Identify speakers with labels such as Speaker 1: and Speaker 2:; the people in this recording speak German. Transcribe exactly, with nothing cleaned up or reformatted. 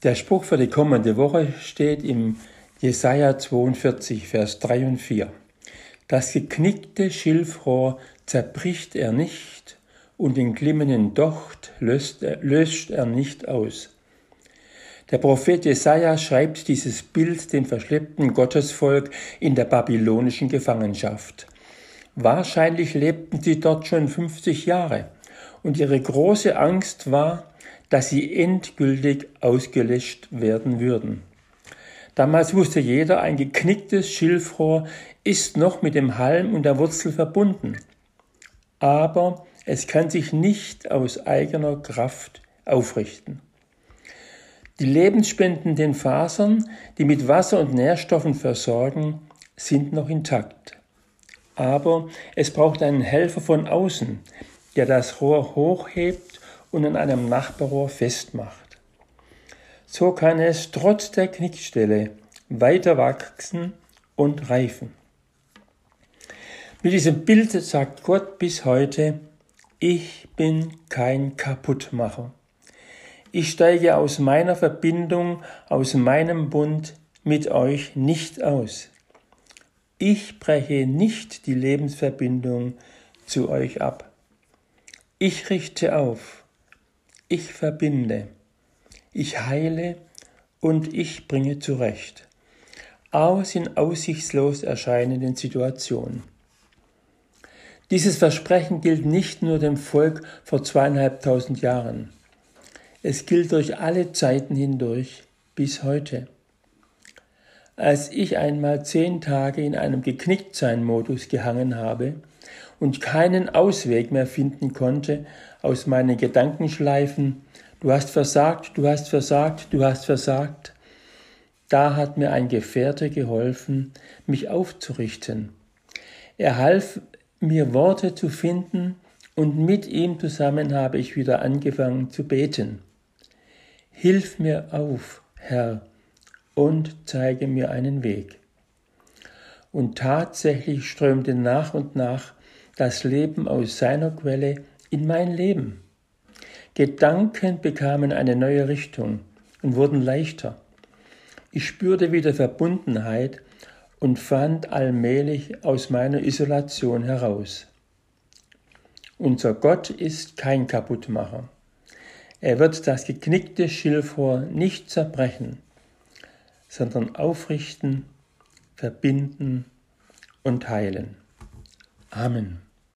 Speaker 1: Der Spruch für die kommende Woche steht im Jesaja zweiundvierzig, Vers drei und vier. Das geknickte Schilfrohr zerbricht er nicht und den glimmenden Docht löst er, löscht er nicht aus. Der Prophet Jesaja schreibt dieses Bild dem verschleppten Gottesvolk in der babylonischen Gefangenschaft. Wahrscheinlich lebten sie dort schon fünfzig Jahre und ihre große Angst war, dass sie endgültig ausgelöscht werden würden. Damals wusste jeder, ein geknicktes Schilfrohr ist noch mit dem Halm und der Wurzel verbunden. Aber es kann sich nicht aus eigener Kraft aufrichten. Die lebensspendenden Fasern, die mit Wasser und Nährstoffen versorgen, sind noch intakt. Aber es braucht einen Helfer von außen, der das Rohr hochhebt und an einem Nachbarrohr festmacht. So kann es trotz der Knickstelle weiter wachsen und reifen. Mit diesem Bild sagt Gott bis heute: Ich bin kein Kaputtmacher. Ich steige aus meiner Verbindung, aus meinem Bund mit euch nicht aus. Ich breche nicht die Lebensverbindung zu euch ab. Ich richte auf. Ich verbinde. Ich heile und ich bringe zurecht. Aus in aussichtslos erscheinenden Situationen. Dieses Versprechen gilt nicht nur dem Volk vor zweieinhalbtausend Jahren. Es gilt durch alle Zeiten hindurch bis heute. Als ich einmal zehn Tage in einem Geknicktsein-Modus gehangen habe und keinen Ausweg mehr finden konnte aus meinen Gedankenschleifen, du hast versagt, du hast versagt, du hast versagt, da hat mir ein Gefährte geholfen, mich aufzurichten. Er half mir Worte zu finden und mit ihm zusammen habe ich wieder angefangen zu beten. Hilf mir auf, Herr, und zeige mir einen Weg. Und tatsächlich strömte nach und nach das Leben aus seiner Quelle in mein Leben. Gedanken bekamen eine neue Richtung und wurden leichter. Ich spürte wieder Verbundenheit und fand allmählich aus meiner Isolation heraus. Unser Gott ist kein Kaputtmacher. Er wird das geknickte Schilfrohr nicht zerbrechen, sondern aufrichten, verbinden und heilen. Amen.